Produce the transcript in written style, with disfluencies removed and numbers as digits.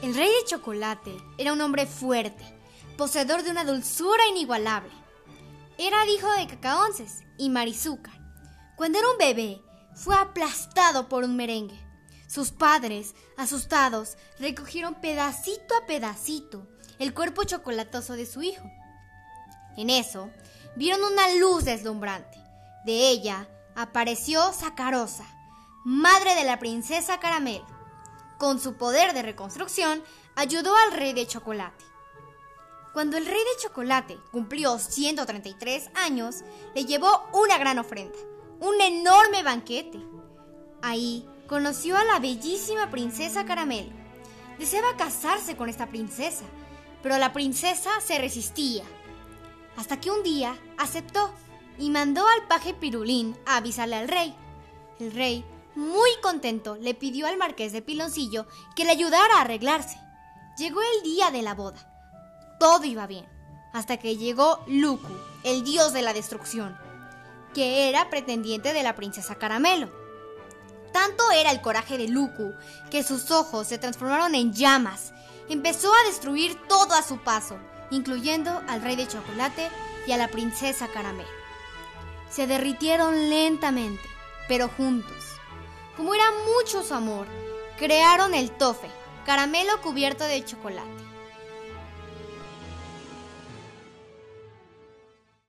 El rey de chocolate era un hombre fuerte, poseedor de una dulzura inigualable. Era hijo de Cacaonces y Marizúcar. Cuando era un bebé, fue aplastado por un merengue. Sus padres, asustados, recogieron pedacito a pedacito el cuerpo chocolatoso de su hijo. En eso, vieron una luz deslumbrante. De ella apareció Sacarosa, madre de la princesa Caramelo. Con su poder de reconstrucción, ayudó al rey de chocolate. Cuando el rey de chocolate cumplió 133 años, le llevó una gran ofrenda, un enorme banquete. Ahí conoció a la bellísima princesa Caramelo. Deseaba casarse con esta princesa, pero la princesa se resistía. Hasta que un día aceptó y mandó al paje Pirulín a avisarle al rey. El rey, muy contento, le pidió al marqués de Piloncillo que le ayudara a arreglarse. Llegó el día de la boda. Todo iba bien, hasta que llegó Lucu, el dios de la destrucción, que era pretendiente de la princesa Caramelo. Tanto era el coraje de Lucu que sus ojos se transformaron en llamas. Empezó a destruir todo a su paso, incluyendo al rey de chocolate y a la princesa Caramelo. Se derritieron lentamente, pero juntos. Como era mucho su amor, crearon el tofe, caramelo cubierto de chocolate.